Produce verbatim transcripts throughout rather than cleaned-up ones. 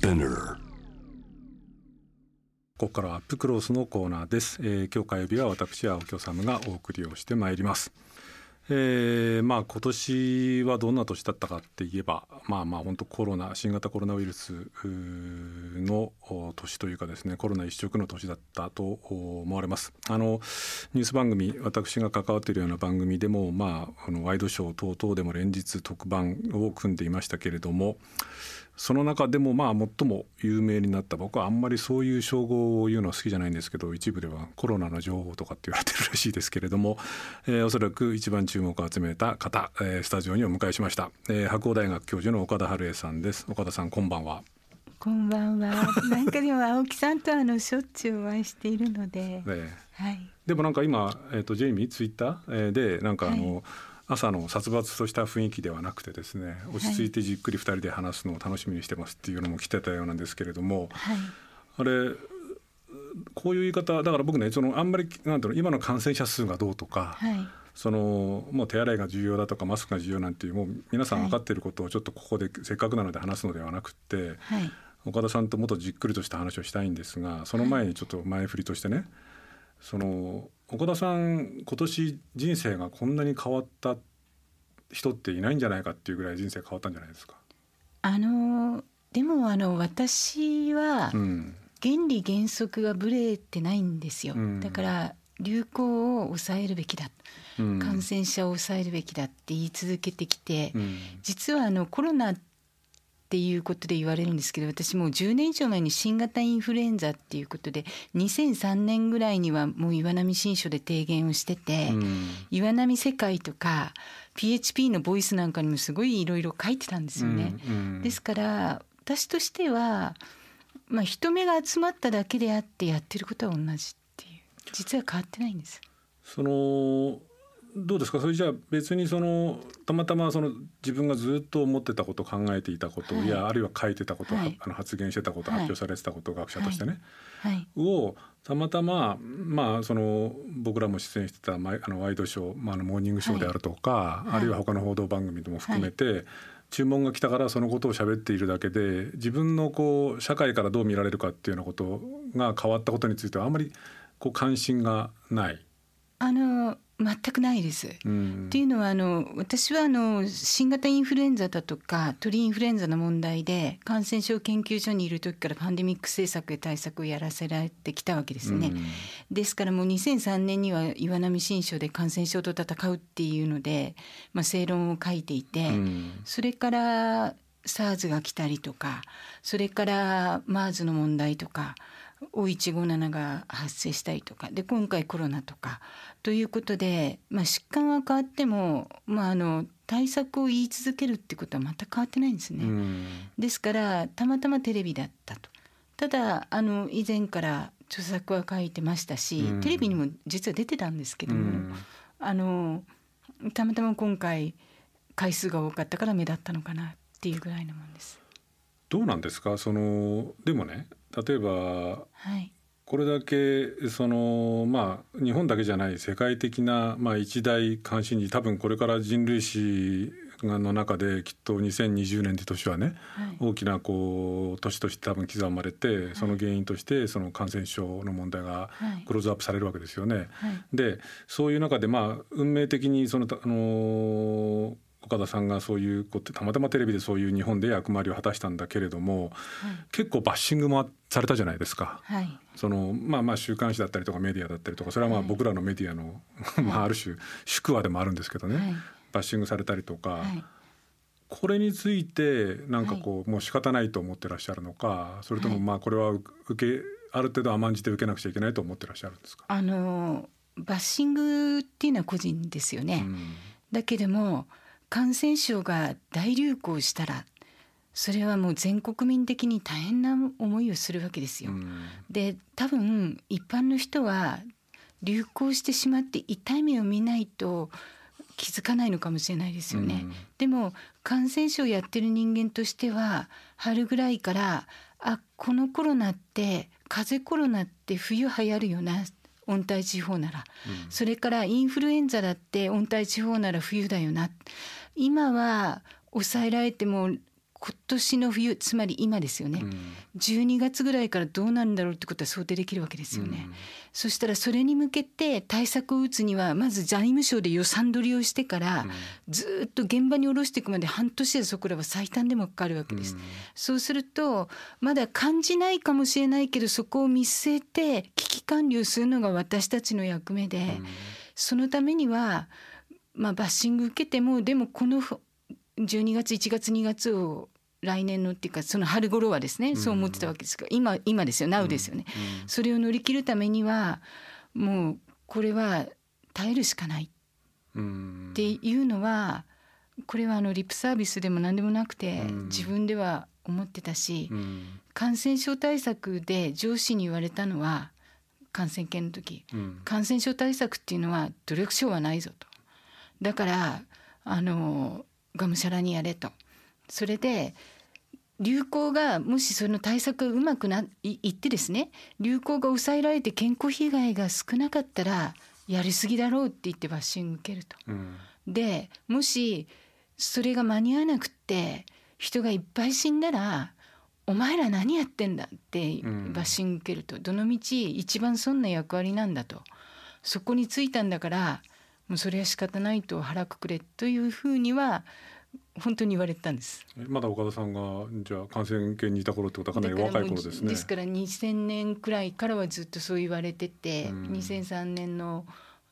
Spinner。 ここからはアップクロースのコーナーです、えー、今日火曜日は私青木治がお送りをしてまいります。えー、まあ今年はどんな年だったかって言えばまあまあ本当コロナ新型コロナウイルスの年というかですね、コロナ一色の年だったと思われます。あのニュース番組、私が関わっているような番組でも、まあ、あのワイドショー等々でも連日特番を組んでいましたけれども、その中でもまあ最も有名になった、僕はあんまりそういう称号を言うのは好きじゃないんですけど、一部ではコロナの情報とかって言われてるらしいですけれども、えー、おそらく一番注目を集めた方、えー、スタジオにお迎えしました、えー、白鴎大学教授の岡田晴恵さんです。岡田さん、こんばんは。 こんばんは。なんかでも青木さんとあのしょっちゅうお会いしているので、 ねはい、 でもなんか今、えー、とジェイミーツイッターでなんかあの、はい、朝の殺伐とした雰囲気ではなくてですね、落ち着いてじっくりふたりで話すのを楽しみにしてますっていうのも来てたようなんですけれども、はい、あれこういう言い方だから僕ね、そのあんまりなんていうの、今の感染者数がどうとか、はい、そのもう手洗いが重要だとかマスクが重要なんていうもう皆さん分かっていることをちょっとここでせっかくなので話すのではなくて、はい、岡田さんともっとじっくりとした話をしたいんですが、その前にちょっと前振りとしてね、その岡田さん今年人生がこんなに変わった人っていないんじゃないかっていうぐらい人生変わったんじゃないですか。 あのでもあの私は原理原則がぶれてないんですよ、うん、だから流行を抑えるべきだ、うん、感染者を抑えるべきだって言い続けてきて、うん、実はあのコロナっていうことで言われるんですけど、私もうじゅうねん以上前に新型インフルエンザっていうことでにせんさんねんぐらいにはもう岩波新書で提言をしてて、うん、岩波世界とか ピーエイチピー のボイスなんかにもすごいいろいろ書いてたんですよね、うんうん、ですから私としては、まあ、人目が集まっただけであってやってることは同じっていう、実は変わってないんです。 そのどうですか、それじゃあ別にそのたまたまその自分がずっと思ってたこと、考えていたこと、はい、いやあるいは書いてたこと、はい、あの発言してたこと、はい、発表されてたこと、学者としてね、はいはい、をたまたま、まあ、その僕らも出演してたあのワイドショー、まあ、あのモーニングショーであるとか、はい、あるいは他の報道番組でも含めて、はい、注文が来たからそのことを喋っているだけで、自分のこう社会からどう見られるかっていうようなことが変わったことについてはあんまりこう関心がない。 あの全くないです、うん、っていうのはあの私はあの新型インフルエンザだとか鳥インフルエンザの問題で感染症研究所にいる時からパンデミック政策や対策をやらせられてきたわけですね、うん、ですからもうにせんさんねんには岩波新書で感染症と戦うっていうので、まあ、正論を書いていて、うん、それから SARS が来たりとか、それから MERS の問題とかオーいちごななが発生したりとかで、今回コロナとかということで、まあ、疾患は変わっても、まあ、あの対策を言い続けるってことは全く変わってないんですね、うん、ですからたまたまテレビだったと。ただあの以前から著作は書いてましたし、うん、テレビにも実は出てたんですけども、うん、あのたまたま今回回数が多かったから目立ったのかなっていうぐらいのもんです。 どうなんですか、そのでもね、例えば、はい、これだけその、まあ、日本だけじゃない世界的な、まあ、一大関心事、多分これから人類史の中できっとにせんにじゅうねんという年はね、はい、大きなこう年として多分刻まれて、はい、その原因としてその感染症の問題がクローズアップされるわけですよね、はい、でそういう中で、まあ、運命的にその、あのー岡田さんがそういうことたまたまテレビでそういう日本で役回りを果たしたんだけれども、はい、結構バッシングもされたじゃないですか、はい、そのまあまあ週刊誌だったりとかメディアだったりとか、それはまあ僕らのメディアの、はい、まあある種宿話でもあるんですけどね、はい、バッシングされたりとか、はい、これについてなんかこう、はい、もう仕方ないと思ってらっしゃるのか、それともまあこれは受けある程度甘んじて受けなくちゃいけないと思ってらっしゃるんですか。 あのバッシングっていうのは個人ですよね、うん、だけども感染症が大流行したらそれはもう全国民的に大変な思いをするわけですよ、うん、で多分一般の人は流行してしまって痛い目を見ないと気づかないのかもしれないですよね、うん、でも感染症をやってる人間としては春ぐらいからあこのコロナって風邪コロナって冬流行るよな、温帯地方なら、うん、それからインフルエンザだって温帯地方なら冬だよな、今は抑えられても今年の冬、つまり今ですよね、うん、じゅうにがつぐらいからどうなるんだろうってことは想定できるわけですよね、うん、そしたらそれに向けて対策を打つにはまず財務省で予算取りをしてから、うん、ずっと現場に下ろしていくまで半年でそこらは最短でもかかるわけです、うん、そうするとまだ感じないかもしれないけど、そこを見据えて危機管理をするのが私たちの役目で、うん、そのためには、まあ、バッシング受けてもでもこのじゅうにがついちがつにがつを来年のっていうかその春頃はですね、うん、そう思ってたわけですが、今今ですよ、ナウですよね、うんうん、それを乗り切るためにはもうこれは耐えるしかないっていうのは、これはあのリップサービスでも何でもなくて自分では思ってたし、感染症対策で上司に言われたのは、感染研の時、感染症対策っていうのは努力賞はないぞと、だからあのがむしゃらにやれと。それで流行がもしその対策がうまくないいってですね、流行が抑えられて健康被害が少なかったらやりすぎだろうって言ってバッシング受けると、うん、でもしそれが間に合わなくって人がいっぱい死んだらお前ら何やってんだってバッシング受けると、どのみち一番そんな役割なんだと、そこについたんだからもうそれは仕方ないと腹くくれというふうには本当に言われたんです。 まだ岡田さんがじゃあ感染研にいた頃ってことはかなり若い頃ですね。 ですからにせんねんくらいからはずっとそう言われてて、うん、にせんさんねんの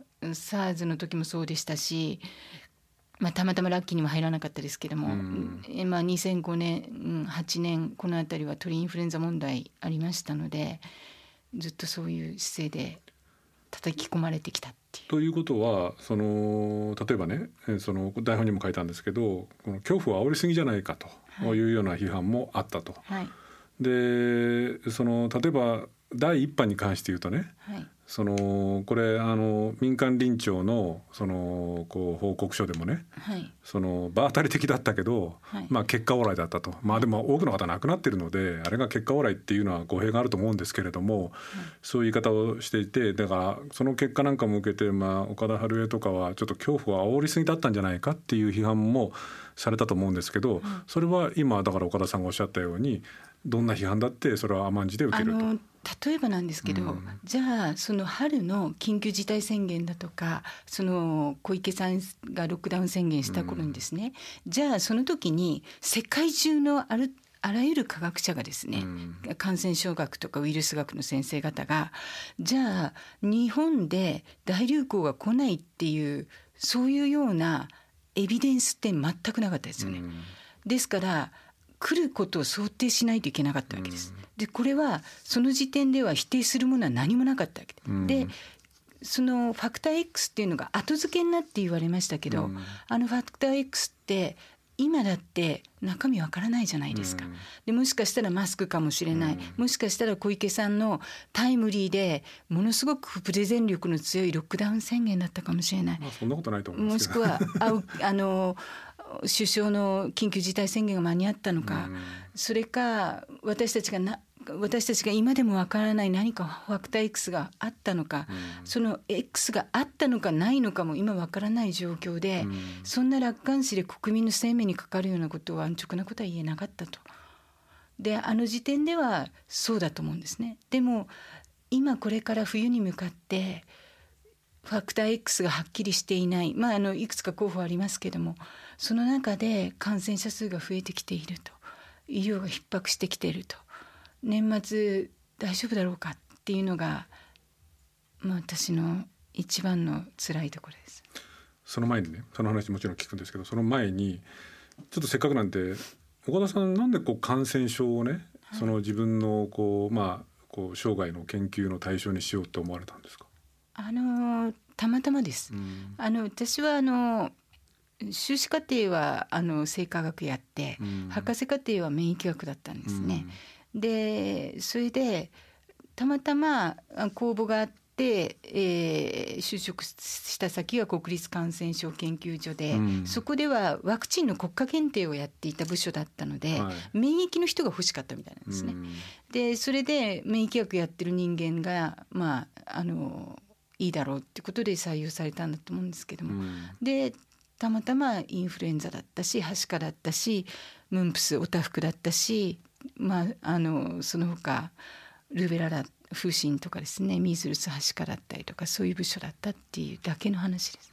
SARS の時もそうでしたし、まあ、たまたまラッキーにも入らなかったですけども、うんまあ、にせんごねんはちねんこのあたりは鳥インフルエンザ問題ありましたので、ずっとそういう姿勢で叩き込まれてきたっていう。 ということはその例えばね、その台本にも書いたんですけど、この恐怖を煽りすぎじゃないかというような批判もあったと、はい、でその例えばだいいっ波に関して言うとね、はい、そのこれあの民間臨床のそのこう報告書でもね、はい、その場当たり的だったけど、はいまあ、結果オーライだったと、まあ、でも多くの方亡くなってるのであれが結果オーライっていうのは語弊があると思うんですけれども、はい、そういう言い方をしていて、だからその結果なんかも受けて、まあ、岡田晴恵とかはちょっと恐怖を煽りすぎだったんじゃないかっていう批判もされたと思うんですけど、うん、それは今だから岡田さんがおっしゃったようにどんな批判だってそれは甘んじて受けると。 例えばなんですけど、うん、じゃあその春の緊急事態宣言だとか、その小池さんがロックダウン宣言した頃にですね、うん、じゃあその時に世界中のあるあらゆる科学者がですね、うん、感染症学とかウイルス学の先生方がじゃあ日本で大流行が来ないっていうそういうようなエビデンスって全くなかったですよね、うん、ですから来ることを想定しないといけなかったわけです、うん、でこれはその時点では否定するものは何もなかったわけで、うん、でそのファクター X っていうのが後付けになって言われましたけど、うん、あのファクター X って今だって中身わからないじゃないですか、うん、でもしかしたらマスクかもしれない、うん、もしかしたら小池さんのタイムリーでものすごくプレゼン力の強いロックダウン宣言だったかもしれない、 まあ、そんなことないと思いますけど、 もしくはああの首相の緊急事態宣言が間に合ったのか、うん、それか私たちがな私たちが今でもわからない何かファクター X があったのか、うん、その X があったのかないのかも今わからない状況で、うん、そんな楽観視で国民の生命にかかるようなことは安直なことは言えなかったと。であの時点ではそうだと思うんですね。でも今これから冬に向かってファクター X がはっきりしていない、まあ、あのいくつか候補ありますけども、その中で感染者数が増えてきていると、医療が逼迫してきていると、年末大丈夫だろうかっていうのが、まあ、私の一番の辛いところです。 その前にね、その話もちろん聞くんですけど、その前にちょっとせっかくなんで岡田さんなんでこう感染症をね、はい、その自分のこう、まあ、こう生涯の研究の対象にしようと思われたんですか？ あのたまたまです、うん、あの私はあの修士課程はあの生化学やって、うん、博士課程は免疫学だったんですね、うん、でそれでたまたま公募があって、えー、就職した先が国立感染症研究所で、うん、そこではワクチンの国家検定をやっていた部署だったので、はい、免疫の人が欲しかったみたいなんですね、うん、でそれで免疫学やってる人間がまああのいいだろうってことで採用されたんだと思うんですけども、うん、でたまたまインフルエンザだったし、はしかだったし、ムンプス、おたふくだったし、まあ、あのその他ルベラだ風疹とかですね、ミズルス、はしかだったりとか、そういう部署だったっていうだけの話です。 うん、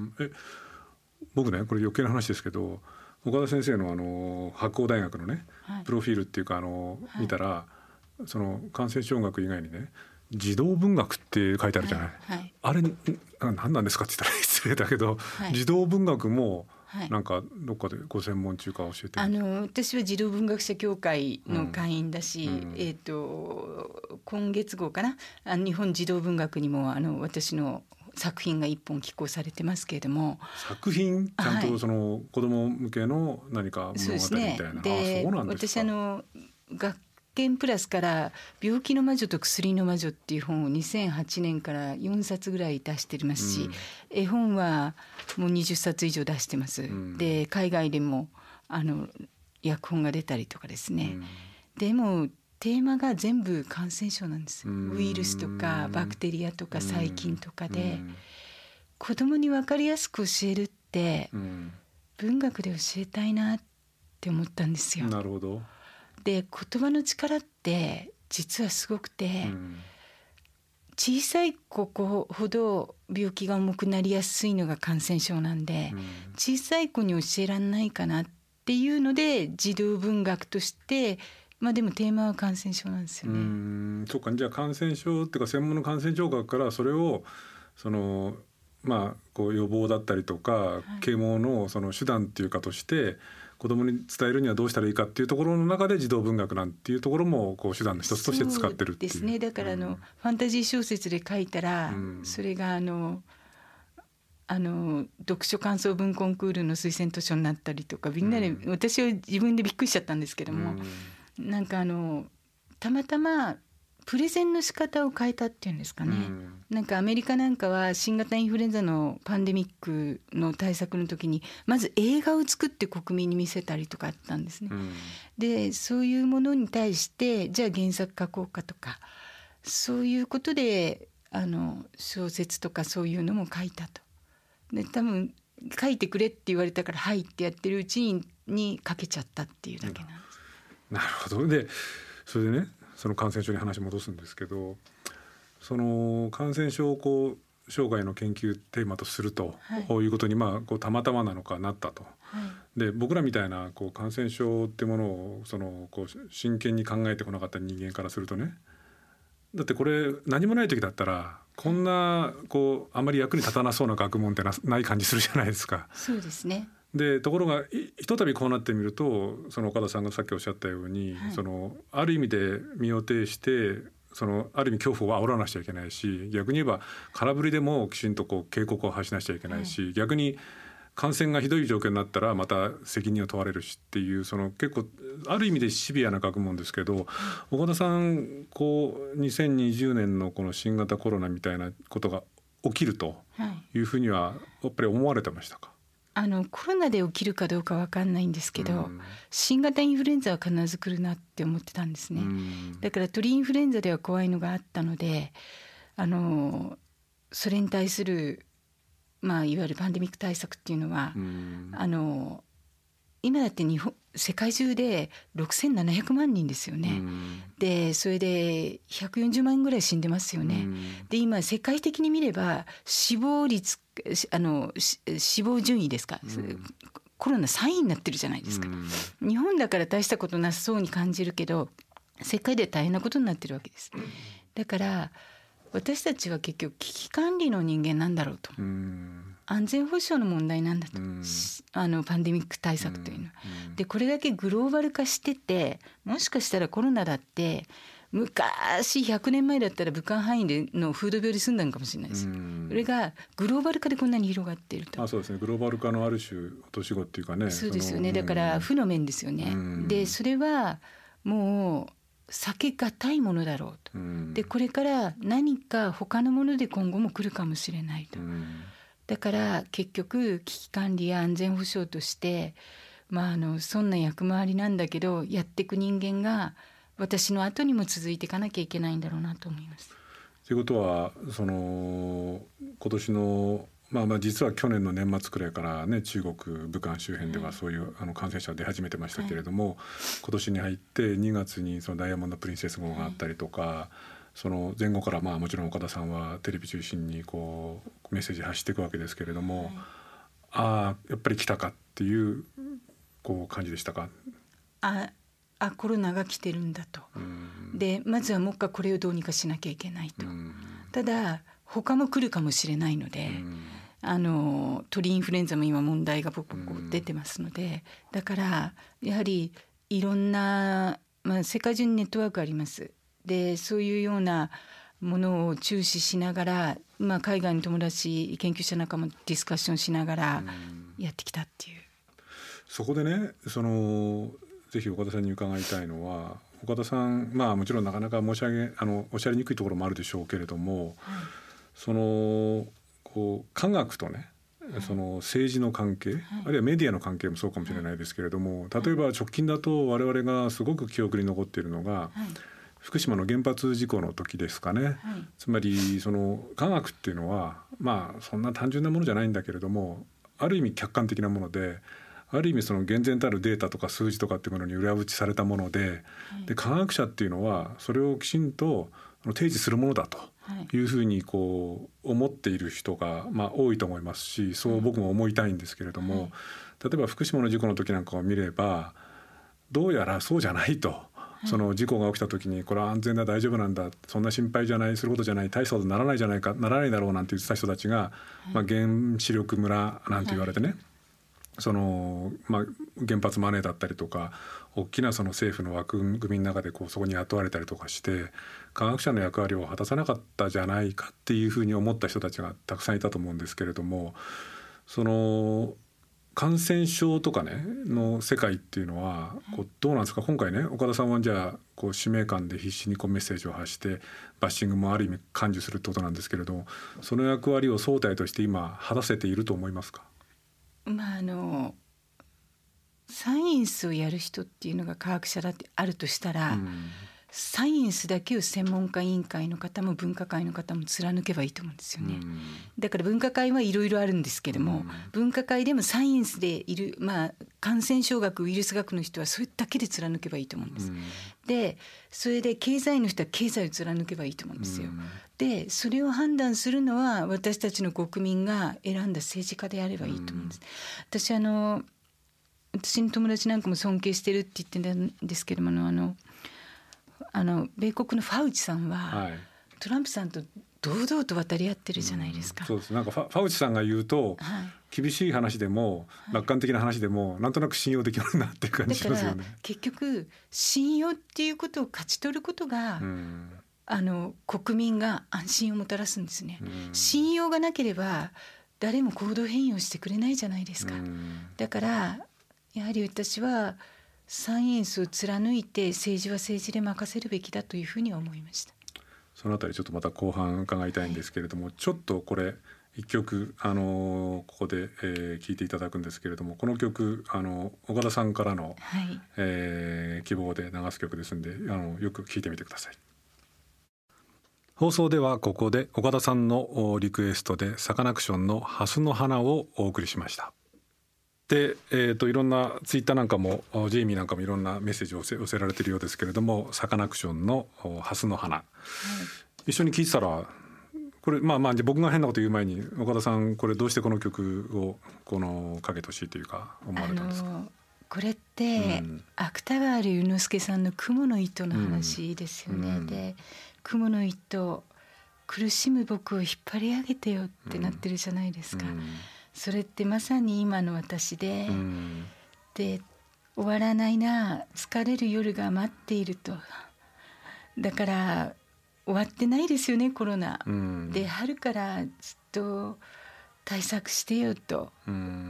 え僕ね、これ余計な話ですけど、岡田先生のあの白鴎大学のね、はい、プロフィールっていうかあの、はい、見たら、その感染症学以外にね、児童文学って書いてあるじゃない、はいはい、あれ何なんですかって言ったら失礼だけど、はい、児童文学もなんかどっかでご専門中か教えて、 あの私は児童文学者協会の会員だし、うんうん、えー、と今月号かな、あの日本児童文学にもあの私の作品が一本寄稿されてますけれども、 作品ちゃんとその子ども向けの何か物語みたいな、はい、そうですね。 で、あ、そうなんですか。私あの学研プラスから病気の魔女と薬の魔女っていう本をにせんはちねんからよんさつぐらい出してますし、うん、絵本はもうにじゅっさつ以上出してます、うん、で海外でもあの訳本が出たりとかですね、うん、でもテーマが全部感染症なんです、うん、ウイルスとかバクテリアとか細菌とかで、うん、子供に分かりやすく教えるって、うん、文学で教えたいなって思ったんですよ。 なるほど。 で、言葉の力って実はすごくて、うん、小さい子ほど病気が重くなりやすいのが感染症なんで、うん、小さい子に教えられないかなっていうので児童文学として、まあ、でもテーマは感染症なんですよね。 うん、そうか。じゃあ感染症っていうか専門の感染症学からそれをその、まあ、こう予防だったりとか、はい、啓蒙のその手段っていうかとして子どもに伝えるにはどうしたらいいかっていうところの中で児童文学なんていうところもこう手段の一つとして使ってるっていう。 そうですね。だからあの、うん、ファンタジー小説で書いたら、うん、それがあのあの読書感想文コンクールの推薦図書になったりとか、みんなで、うん、私は自分でびっくりしちゃったんですけども、うん、なんかあのたまたまプレゼンの仕方を変えたっていうんですかね、うん、なんかアメリカなんかは新型インフルエンザのパンデミックの対策の時にまず映画を作って国民に見せたりとかあったんですね、うん、でそういうものに対してじゃあ原作書こうかとか、そういうことであの小説とかそういうのも書いたと。で多分書いてくれって言われたからはいってやってるうちにに書けちゃったっていうだけなんです、 うん、なるほど。でそれでね、その感染症に話戻すんですけど、その感染症をこう生涯の研究テーマとすると、はい、こういうことにまあこうたまたまなのかなったと、はい、で僕らみたいなこう感染症ってものをそのこう真剣に考えてこなかった人間からするとね、だってこれ何もない時だったらこんなこうあまり役に立たなそうな学問って な, ない感じするじゃないですか。 そうですね。 でところがひとたびこうなってみると、その岡田さんがさっきおっしゃったように、はい、そのある意味で身を挺してそのある意味恐怖を煽らなくちゃいけないし、逆に言えば空振りでもきちんとこう警告を発しなくちゃいけないし、はい、逆に感染がひどい状況になったらまた責任を問われるしっていう、その結構ある意味でシビアな学問ですけど、岡田さんこうにせんにじゅうねんのこの新型コロナみたいなことが起きるというふうにはやっぱり思われてましたか？ あのコロナで起きるかどうか分かんないんですけど、うん、新型インフルエンザは必ず来るなって思ってたんですね、うん、だから鳥インフルエンザでは怖いのがあったので、あのそれに対する、まあ、いわゆるパンデミック対策っていうのは、うん、あの今だって日本世界中でろくせんななひゃくまんにんですよね、うん、でそれでひゃくよんじゅうまんぐらい死んでますよね、うん、で今世界的に見れば死亡率あの死亡順位ですか、うん、コロナさんいになってるじゃないですか、うん、日本だから大したことなさそうに感じるけど世界で大変なことになってるわけです。だから私たちは結局危機管理の人間なんだろうと、うん、安全保障の問題なんだと、うん、あのパンデミック対策というのは、うん、でこれだけグローバル化してて、もしかしたらコロナだって昔ひゃくねんまえだったら武漢範囲での風土病で済んだのかもしれないです、うん、それがグローバル化でこんなに広がっていると。 あ、そうですね、グローバル化のある種落とし子っていうかね。 そうですよね。だから負の面ですよね、うん、でそれはもう避けがたいものだろうと、うん、でこれから何か他のもので今後も来るかもしれないと、うん、だから結局危機管理や安全保障として、まあ、あのそんな役回りなんだけどやっていく人間が私の後にも続いていかなきゃいけないんだろうなと思います。 ということはその今年のまあ、まあ実は去年の年末くらいからね、中国武漢周辺ではそういう、はい、あの感染者が出始めてましたけれども、はい、今年に入ってにがつにそのダイヤモンドプリンセス号があったりとか、はい、その前後からまあもちろん岡田さんはテレビ中心にこうメッセージ発していくわけですけれども、はい、ああやっぱり来たかっていうこう感じでしたか？ ああコロナが来てるんだと、でまずはもう一回これをどうにかしなきゃいけないと、ただ他も来るかもしれないので、あの鳥インフルエンザも今問題がポコポコ出てますので、だからやはりいろんな、まあ、世界中にネットワークあります。でそういうようなものを注視しながら、まあ、海外の友達研究者仲間とディスカッションしながらやってきたっていう。 そこでね、そのぜひ岡田さんに伺いたいのは、岡田さん、まあもちろんなかなか申し上げあのおっしゃりにくいところもあるでしょうけれども、はい、そのこう科学とね、その政治の関係、はい、あるいはメディアの関係もそうかもしれないですけれども、例えば直近だと我々がすごく記憶に残っているのが、はい、福島の原発事故の時ですかね、はい、つまりその科学っていうのはまあそんな単純なものじゃないんだけれども、ある意味客観的なもので、ある意味その厳然たるデータとか数字とかっていうものに裏打ちされたもので、はい、で科学者っていうのはそれをきちんと提示するものだというふうにこう思っている人がまあ多いと思いますし、そう僕も思いたいんですけれども、はい、例えば福島の事故の時なんかを見ればどうやらそうじゃないと、その事故が起きた時にこれは安全だ、大丈夫なんだ、そんな心配じゃない、することじゃない、大したことならないじゃないか、ならないだろうなんて言ってた人たちが、はい、まあ、原子力村なんて言われてね、はい、そのまあ、原発マネーだったりとか大きなその政府の枠組みの中でこうそこに雇われたりとかして科学者の役割を果たさなかったじゃないかっていうふうに思った人たちがたくさんいたと思うんですけれども、その感染症とかねの世界っていうのはこうどうなんですか？今回ね、岡田さんはじゃあこう使命感で必死にこうメッセージを発してバッシングもある意味感受するってことなんですけれど、その役割を総体として今果たせていると思いますか？ まあ、あのサイエンスをやる人っていうのが科学者だってあるとしたら、うん、サイエンスだけを専門家委員会の方も分科会の方も貫けばいいと思うんですよね、うん、だから分科会はいろいろあるんですけども、うん、分科会でもサイエンスでいる、まあ、感染症学ウイルス学の人はそれだけで貫けばいいと思うんです、うん、でそれで経済の人は経済を貫けばいいと思うんですよ、うん、でそれを判断するのは私たちの国民が選んだ政治家であればいいと思うんです、うん、私あの私の友達なんかも尊敬してるって言ってるんですけども、あのあの米国のファウチさんは、はい、トランプさんと堂々と渡り合ってるじゃないですか、 うん、そうです。なんかフ ァ, ファウチさんが言うと、はい、厳しい話でも、はい、楽観的な話でもなんとなく信用できるなっていう感じしますよね。 だから結局信用っていうことを勝ち取ることが、うん、あの国民が安心をもたらすんですね、うん、信用がなければ誰も行動変容してくれないじゃないですか、うん、だからやはり私はサイエンスを貫いて政治は政治で任せるべきだというふうには思いました。 そのあたりちょっとまた後半伺いたいんですけれども、はい、ちょっとこれ一曲、あのー、ここで、えー、聴いていただくんですけれども、この曲、あの岡田さんからの、はい、えー、希望で流す曲ですんで、あのよく聴いてみてください。放送ではここで岡田さんのリクエストでサカナクションの蓮の花をお送りしました。で、えー、といろんなツイッターなんかもジェイミーなんかもいろんなメッセージを寄せられているようですけれども、サカナクションの蓮の花、はい、一緒に聴いてたらこれまあまあ僕が変なこと言う前に岡田さん、これどうしてこの曲をこのかけてほしいというか思われたんですか？あのこれって、うん、芥川龍之介さんの雲の糸の話ですよね、うん、で雲の糸苦しむ僕を引っ張り上げてよってなってるじゃないですか、うんうん、それってまさに今の私で、うん、で終わらないな、疲れる夜が待っていると、だから終わってないですよねコロナ、うん、で春からずっと対策してよと、うん、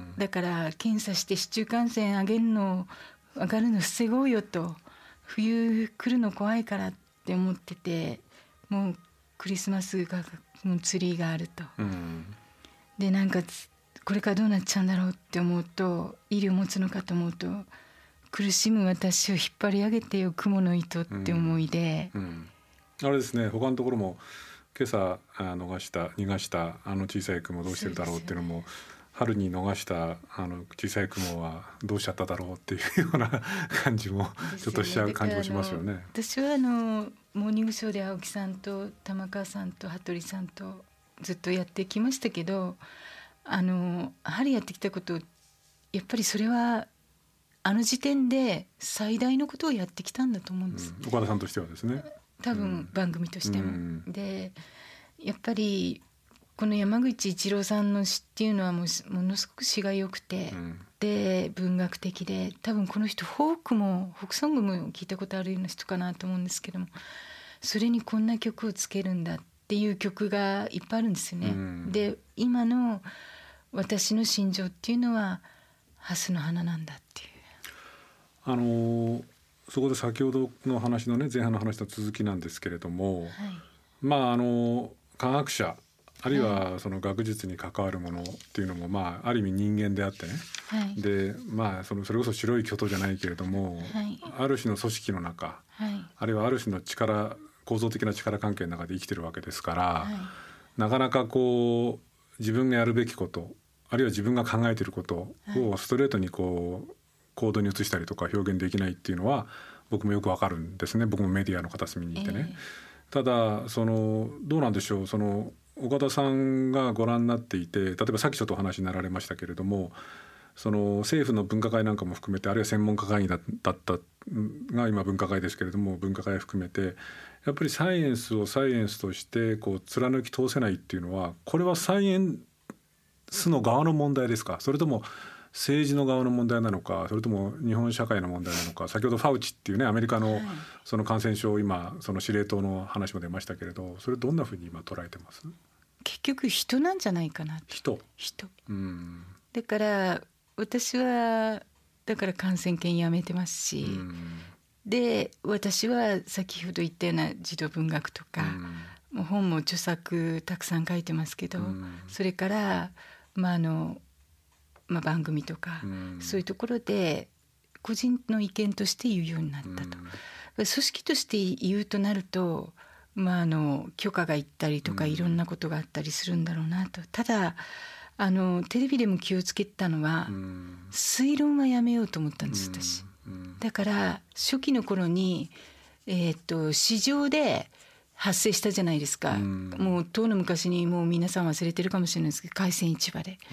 だから検査して市中感染上げるの上がるの防ごうよと、冬来るの怖いからって思ってて、もうクリスマスがもうツリーがあると、うん、でなんかこれからどうなっちゃうんだろうって思うと、医療持つのかと思うと、苦しむ私を引っ張り上げてよ雲の糸って思いで、 うんうん、あれですね、他のところも今朝逃した逃がしたあの小さい雲どうしてるだろうっていうのも、春に逃したあの小さい雲はどうしちゃっただろうっていうような感じもちょっとしちゃう感じもしますよね。 私はあのモーニングショーで青木さんと玉川さんと服部さんとずっとやってきましたけど、あのやはりやってきたこと、やっぱりそれはあの時点で最大のことをやってきたんだと思うんです、 うん、岡田さんとしてはですね、 多分番組としても、うん、でやっぱりこの山口一郎さんの詩っていうのはもうものすごく詩が良くて、うん、で文学的で、多分この人フォークもフォークソングも聞いたことあるような人かなと思うんですけども、それにこんな曲をつけるんだっていう曲がいっぱいあるんですよね、うん、で今の私の心情っていうのはハスの花なんだっていう、 あのー、そこで先ほどの話のね前半の話の続きなんですけれども、はい、まああの科学者あるいはその学術に関わるものっていうのも、まあ、ある意味人間であってね、はい、でまあ、そのそれこそ白い巨塔じゃないけれども、はい、ある種の組織の中、はい、あるいはある種の力構造的な力関係の中で生きてるわけですから、はい、なかなかこう自分がやるべきこと、あるいは自分が考えていることをストレートにこう行動に移したりとか表現できないっていうのは僕もよくわかるんですね。僕もメディアの片隅にいてね、えー、ただそのどうなんでしょう、その岡田さんがご覧になっていて、例えばさっきちょっとお話になられましたけれども、その政府の分科会なんかも含めて、あるいは専門家会議だったが今分科会ですけれども、分科会含めてやっぱりサイエンスをサイエンスとしてこう貫き通せないっていうのは、これはサイエンスの側の問題ですか、それとも政治の側の問題なのか、それとも日本社会の問題なのか。先ほどファウチっていうね、アメリカのその感染症、今その司令塔の話も出ましたけれど、それどんなふうに今捉えてます？ 結局人なんじゃないかな。 人人、 うん、 だから私はだから感染研やめてますし、うん、で私は先ほど言ったような児童文学とか、うん、もう本も著作たくさん書いてますけど、うん、それから、まああのまあ、番組とか、うん、そういうところで個人の意見として言うようになったと、うん、組織として言うとなると、まあ、あの許可がいったりとかいろんなことがあったりするんだろうなと。ただあのテレビでも気をつけたのは、うん、推論はやめようと思ったんです私、うんうん、だから初期の頃に、えー、っと市場で発生したじゃないですか、うん、もう遠の昔にもう皆さん忘れてるかもしれないですけど、海鮮市場で、うん、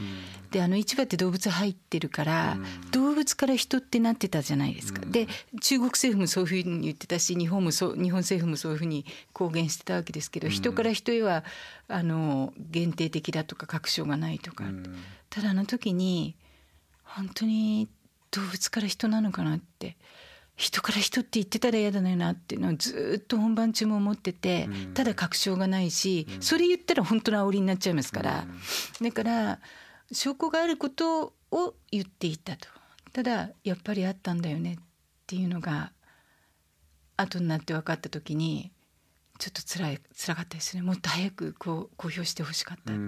であの市場って動物入ってるから、うん、動物から人ってなってたじゃないですか、うん、で中国政府もそういうふうに言ってたし、日本もそう日本政府もそういうふうに公言してたわけですけど、うん、人から人へはあの限定的だとか確証がないとか、うん、ただあの時に本当に動物から人なのかなって、人から人って言ってたら嫌だなっていうのをずっと本番中も思ってて、うん、ただ確証がないし、うん、それ言ったら本当の煽りになっちゃいますから、うん、だから証拠があることを言っていたと。ただやっぱりあったんだよねっていうのが後になって分かった時にちょっと辛い辛かったですね。もっと早くこう公表してほしかったっていう。うん、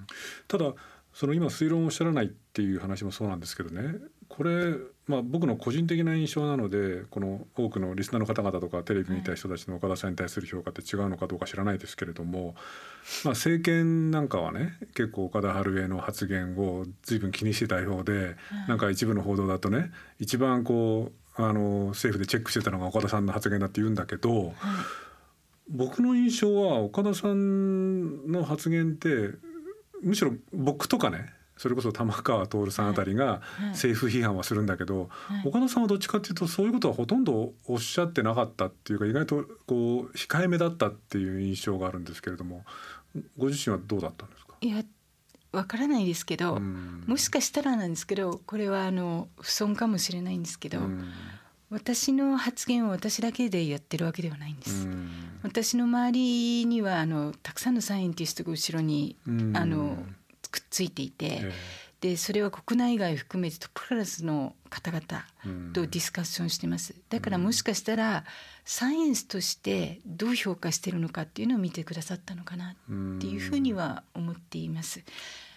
ただその今推論をおっしゃらないっていう話もそうなんですけどね、これ、まあ、僕の個人的な印象なので、この多くのリスナーの方々とかテレビ見た人たちの岡田さんに対する評価って違うのかどうか知らないですけれども、まあ、政権なんかはね結構岡田晴恵の発言を随分気にしてたようで、なんか一部の報道だとね、一番こうあの政府でチェックしてたのが岡田さんの発言だって言うんだけど、僕の印象は岡田さんの発言ってむしろ僕とかね、それこそ玉川徹さんあたりが政府批判はするんだけど、はいはい、岡田さんはどっちかっていうとそういうことはほとんどおっしゃってなかったっていうか、意外とこう控えめだったっていう印象があるんですけれども、ご自身はどうだったんですか？ いやわからないですけど、もしかしたらなんですけど、これはあの不遜かもしれないんですけど、私の発言を私だけでやってるわけではないんです。私の周りにはあのたくさんのサイエンティストが後ろにあのくっついていて、えー、でそれは国内外含めてトップクラスの方々とディスカッションしてます。だからもしかしたらサイエンスとしてどう評価しているのかっていうのを見てくださったのかなっていうふうには思っています。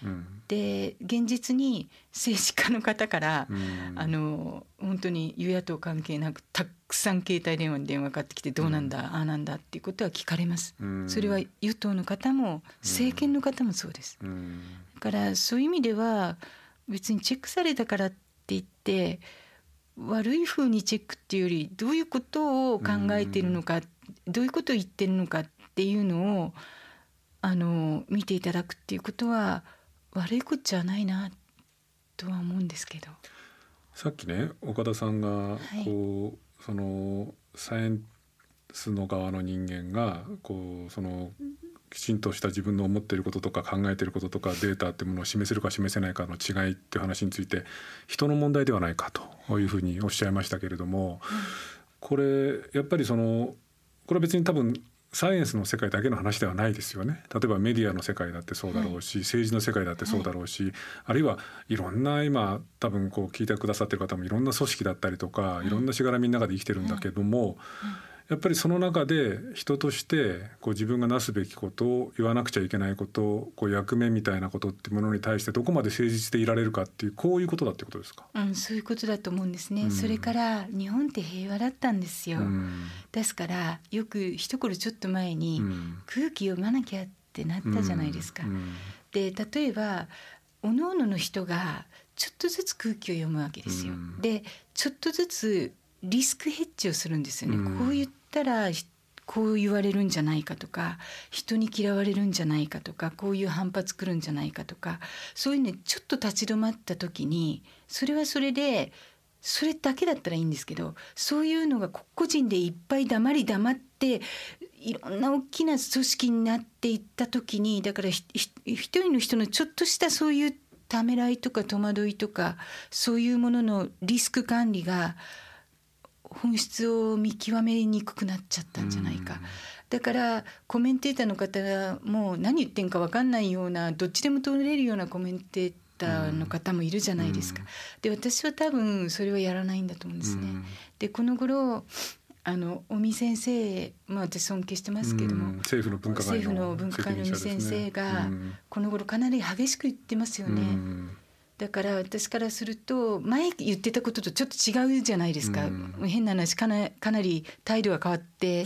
うん、 で現実に政治家の方から、 うん、 あの本当に与野党関係なくたくさん携帯電話に電話かかってきてどうなんだ、うん、ああなんだっていうことは聞かれます、うん、それは与党の方も政権の方もそうです、うん、だからそういう意味では別にチェックされたからって言って悪い風にチェックっていうよりどういうことを考えているのか、うん、どういうことを言ってるのかっていうのをあの見ていただくっていうことは悪いことじゃないなとは思うんですけど。 さっきね岡田さんがこう、はい、そのサイエンスの側の人間がこうそのきちんとした自分の思っていることとか考えていることとかデータっていうものを示せるか示せないかの違いっていう話について人の問題ではないかというふうにおっしゃいましたけれども、うん、これやっぱりそのこれは別に多分サイエンスの世界だけの話ではないですよね。例えばメディアの世界だってそうだろうし、はい、政治の世界だってそうだろうし、はい、あるいはいろんな今多分こう聞いてくださってる方もいろんな組織だったりとか、はい、いろんなしがらみの中で生きてるんだけども、はいはいやっぱりその中で人としてこう自分がなすべきことを言わなくちゃいけないことこう役目みたいなことっていうものに対してどこまで誠実でいられるかっていうこういうことだってことですか。 うん、そういうことだと思うんですね、うん、それから日本って平和だったんですよ、うん、ですからよく一頃ちょっと前に空気読まなきゃってなったじゃないですか、うんうん、で例えば各々の人がちょっとずつ空気を読むわけですよ、うん、でちょっとずつリスクヘッジをするんですよね、うん、こう言ったらこう言われるんじゃないかとか人に嫌われるんじゃないかとかこういう反発来るんじゃないかとかそういうねちょっと立ち止まった時にそれはそれでそれだけだったらいいんですけどそういうのが個々人でいっぱい黙り黙っていろんな大きな組織になっていった時にだから一人の人のちょっとしたそういうためらいとか戸惑いとかそういうもののリスク管理が本質を見極めにくくなっちゃったんじゃないか。だからコメンテーターの方がもう何言ってんか分かんないようなどっちでも通れるようなコメンテーターの方もいるじゃないですか。で私は多分それはやらないんだと思うんですね。でこの頃あの尾身先生、まあ、私尊敬してますけども政府の分科会の尾身先生がこの頃かなり激しく言ってますよね。だから私からすると前言ってたこととちょっと違うじゃないですか、うん、変な話かな、かなり態度が変わって、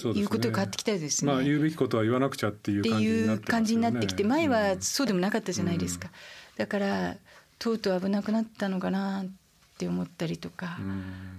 ね、言うことが変わってきたですね、 まあ、言うべきことは言わなくちゃっていう感じになってますよね。っていう感じになってきて前はそうでもなかったじゃないですか、うん、だからとうとう危なくなったのかなって思ったりとか、うん、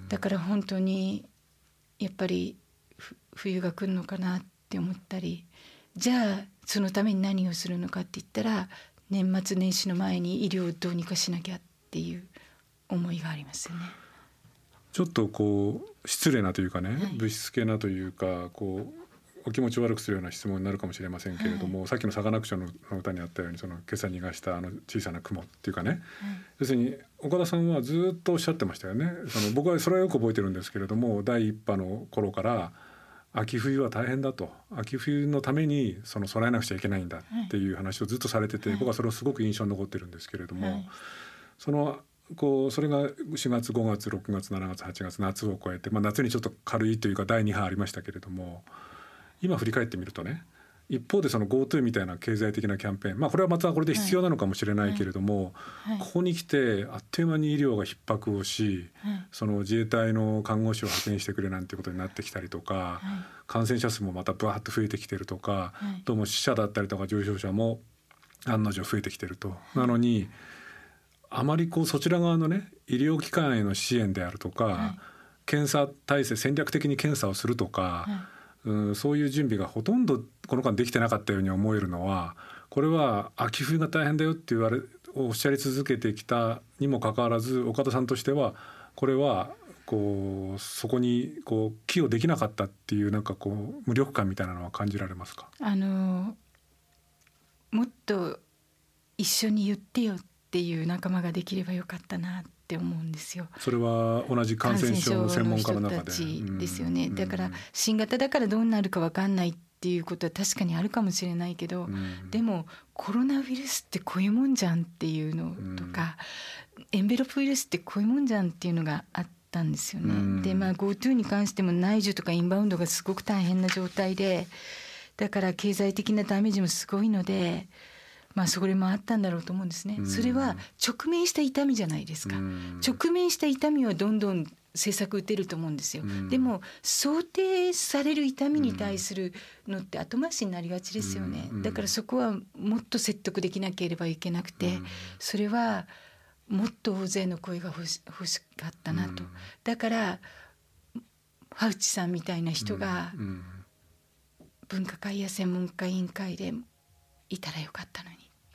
だから本当にやっぱり冬が来るのかなって思ったりじゃあそのために何をするのかって言ったら年末年始の前に医療をどうにかしなきゃっていう思いがありますよね。 ちょっとこう失礼なというかね、はい、ぶしつけなというかこうお気持ちを悪くするような質問になるかもしれませんけれども、はい、さっきのサカナクションの歌にあったようにその今朝逃がしたあの小さな雲っていうかね、はい、要するに岡田さんはずっとおっしゃってましたよね。その僕はそれはよく覚えてるんですけれども第一波の頃から秋冬は大変だと秋冬のためにその備えなくちゃいけないんだっていう話をずっとされてて、はい、僕はそれをすごく印象に残ってるんですけれども、はい、そのこうそれがしがつごがつろくがつしちがつはちがつ夏を超えて、まあ、夏にちょっと軽いというかだいに波ありましたけれども今振り返ってみるとね一方でその GoTo みたいな経済的なキャンペーン、まあ、これはまたこれで必要なのかもしれないけれども、はいはい、ここに来てあっという間に医療が逼迫をし、はい、その自衛隊の看護師を派遣してくれなんていうことになってきたりとか、はい、感染者数もまたブワーッと増えてきてるとか、はい、どうも死者だったりとか重症者も案の定増えてきてると、はい、なのにあまりこうそちら側のね医療機関への支援であるとか、はい、検査体制戦略的に検査をするとか、はいうん、そういう準備がほとんどこの間できてなかったように思えるのはこれは秋冬が大変だよって言われおっしゃり続けてきたにもかかわらず岡田さんとしてはこれはこうそこにこう寄与できなかったっていうなんかこう無力感みたいなのは感じられますか。 あのもっと一緒に言ってよっていう仲間ができればよかったなって思うんですよ。 それは同じ感染症専門家の中で感染症の人たちですよね、うん、だから新型だからどうなるか分かんないっていうことは確かにあるかもしれないけど、うん、でもコロナウイルスってこういうもんじゃんっていうのとか、うん、エンベロプウイルスってこういうもんじゃんっていうのがあったんですよね、うん、で、まあ、GoTo に関しても内需とかインバウンドがすごく大変な状態でだから経済的なダメージもすごいのでまあそれもあったんだろうと思うんですね。それは直面した痛みじゃないですか。直面した痛みはどんどん政策打てると思うんですよ。でも想定される痛みに対するのって後回しになりがちですよね。だからそこはもっと説得できなければいけなくて、それはもっと大勢の声が欲し、欲しかったなと。だからファウチさんみたいな人が分科会や専門家委員会でいたらよかったのにって。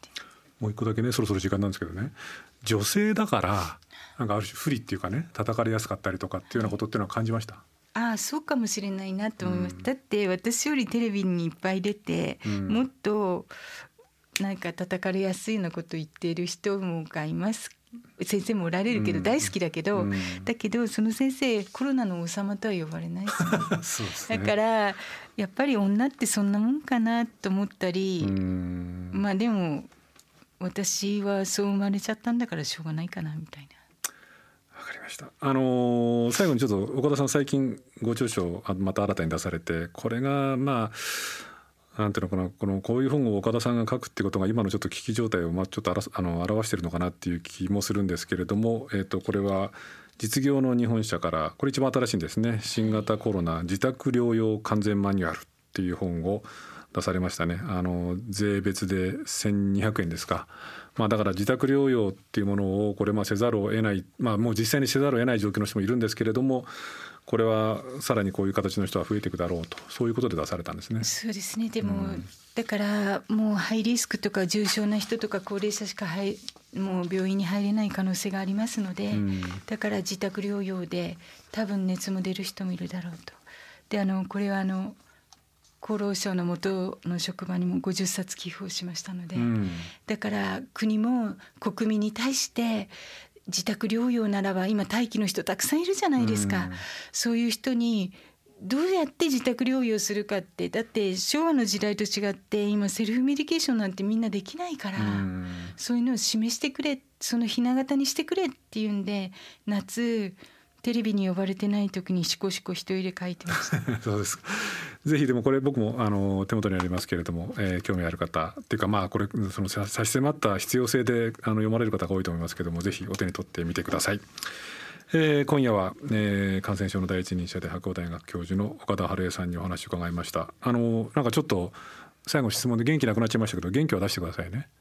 もう一個だけね、そろそろ時間なんですけどね、女性だからなんかある種不利っていうかね、叩かれやすかったりとかっていうようなことっていうのは感じました？ ああ、そうかもしれないなと思います、うん、だって私よりテレビにいっぱい出て、うん、もっとなんか叩かれやすいようなこと言っている人もがいます。先生もおられるけど、大好きだけど、うん、だけどその先生コロナの王様とは呼ばれないですよね。そうですね。だからやっぱり女ってそんなもんかなと思ったり、まあでも私はそう生まれちゃったんだからしょうがないかなみたいな。 わかりました。あのー、最後にちょっと岡田さん最近ご著書をまた新たに出されて、これがまあなんていうのかな、このこういう本を岡田さんが書くっていうことが今のちょっと危機状態をまあちょっとあらあの表しているのかなっていう気もするんですけれども、えー、とこれは実業の日本社から、これ一番新しいんですね、新型コロナ自宅療養完全マニュアルっていう本を出されましたね。あの税別でせんにひゃくえんですか。まあ、だから自宅療養っていうものをこれまあせざるを得ない、まあ、もう実際にせざるを得ない状況の人もいるんですけれども、これはさらにこういう形の人は増えていくだろうと、そういうことで出されたんですね。 そうですね。でも、うん、だからもうハイリスクとか重症な人とか高齢者しか入もう病院に入れない可能性がありますので、うん、だから自宅療養で多分熱も出る人もいるだろうと。であのこれはあの厚労省の元の職場にもごじゅっさつ寄付をしましたので、うん、だから国も国民に対して自宅療養ならば今待機の人たくさんいるじゃないですか、うん、そういう人にどうやって自宅療養するかって、だって昭和の時代と違って今セルフメディケーションなんてみんなできないから、うん、そういうのを示してくれ、そのひな形にしてくれっていうんで、夏テレビに呼ばれてない時にシコシコ一人で書いてましたそうです。ぜひでもこれ僕もあの手元にありますけれども、えー、興味ある方っていうか、まあこれその差し迫った必要性であの読まれる方が多いと思いますけども、ぜひお手に取ってみてください。えー、今夜は、えー、感染症の第一人者で白鴎大学教授の岡田晴恵さんにお話を伺いました。あのなんかちょっと最後質問で元気なくなっちゃいましたけど、元気は出してくださいね。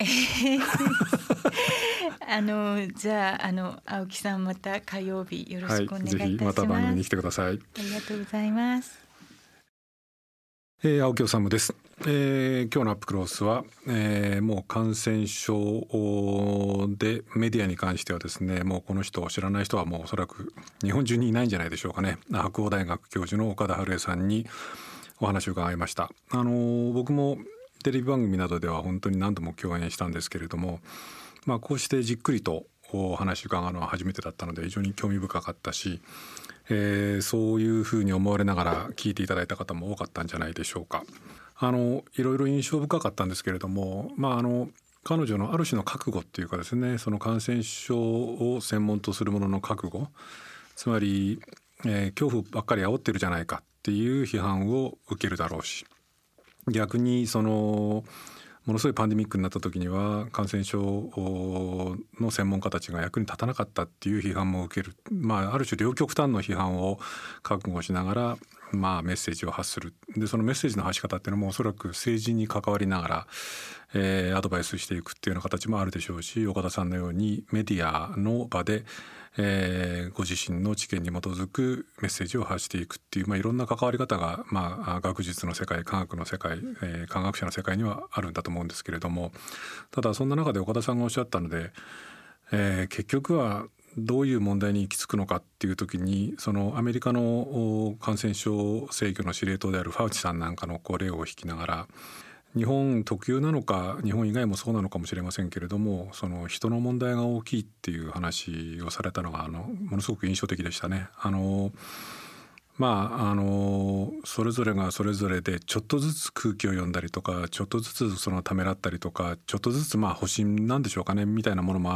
あのじゃあ、あの青木さんまた火曜日よろしくお願いいたします、はい、ぜひまた番組に来てください。ありがとうございます。 えー、青木治です。えー、今日のアップクロースは、えー、もう感染症でメディアに関してはですね、もうこの人を知らない人はもうおそらく日本中にいないんじゃないでしょうかね。白鴎大学教授の岡田晴恵さんにお話を伺いました。あのー、僕もテレビ番組などでは本当に何度も共演したんですけれども、まあ、こうしてじっくりとお話を伺うのは初めてだったので非常に興味深かったし、えー、そういうふうに思われながら聞いていただいた方も多かったんじゃないでしょうか。あのいろいろ印象深かったんですけれども、まあ、あの彼女のある種の覚悟っていうかですね、その感染症を専門とするものの覚悟、つまり、えー、恐怖ばっかり煽ってるじゃないかっていう批判を受けるだろうし、逆にそのものすごいパンデミックになった時には感染症の専門家たちが役に立たなかったっていう批判も受ける、まあ、ある種両極端の批判を覚悟しながら、まあ、メッセージを発する。でそのメッセージの発し方っていうのもおそらく政治に関わりながら、えー、アドバイスしていくっていうような形もあるでしょうし、岡田さんのようにメディアの場で、えー、ご自身の知見に基づくメッセージを発していくっていう、まあ、いろんな関わり方が、まあ、学術の世界、科学の世界、えー、科学者の世界にはあるんだと思うんですけれども、ただそんな中で岡田さんがおっしゃったので、えー、結局はどういう問題に行き着くのかっていう時に、そのアメリカの感染症制御の司令塔であるファウチさんなんかのこう例を引きながら、日本特有なのか日本以外もそうなのかもしれませんけれども、その人の問題が大きいっていう話をされたのがあのものすごく印象的でしたね。あのまああのそれぞれがそれぞれでちょっとずつ空気を読んだりとか、ちょっとずつそのためらったりとか、ちょっとずつまあ保身なんでしょうかねみたいなものもあって、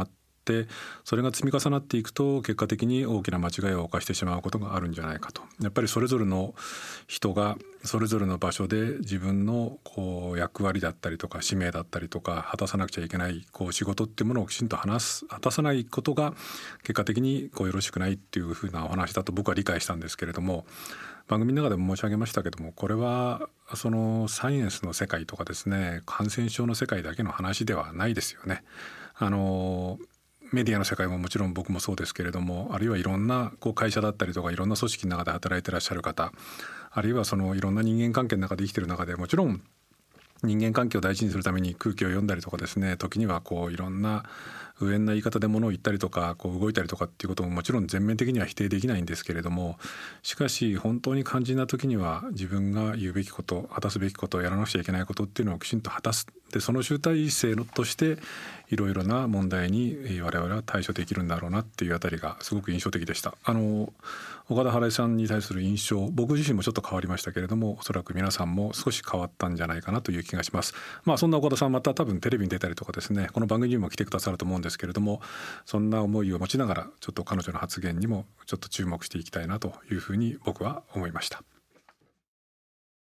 ってそれが積み重なっていくと結果的に大きな間違いを犯してしまうことがあるんじゃないかと。やっぱりそれぞれの人がそれぞれの場所で自分のこう役割だったりとか使命だったりとか果たさなくちゃいけないこう仕事っていうものをきちんと話す果たさないことが結果的にこうよろしくないっていうふうなお話だと僕は理解したんですけれども、番組の中でも申し上げましたけども、これはそのサイエンスの世界とかですね、感染症の世界だけの話ではないですよね。あのメディアの世界ももちろん僕もそうですけれども、あるいはいろんなこう会社だったりとかいろんな組織の中で働いてらっしゃる方、あるいはそのいろんな人間関係の中で生きている中で、もちろん人間関係を大事にするために空気を読んだりとかですね、時にはこういろんな無縁な言い方で物を言ったりとかこう動いたりとかっていうことももちろん全面的には否定できないんですけれども、しかし本当に肝心な時には自分が言うべきこと、果たすべきこと、やらなくちゃいけないことっていうのをきちんと果たす。でその集大成としていろいろな問題に我々は対処できるんだろうなっていうあたりがすごく印象的でした。あの岡田原井さんに対する印象、僕自身もちょっと変わりましたけれども、おそらく皆さんも少し変わったんじゃないかなという気がします。まあそんな岡田さん、また多分テレビに出たりとかですね、この番組にも来てくださると思うんですけれども、そんな思いを持ちながらちょっと彼女の発言にもちょっと注目していきたいなというふうに僕は思いました。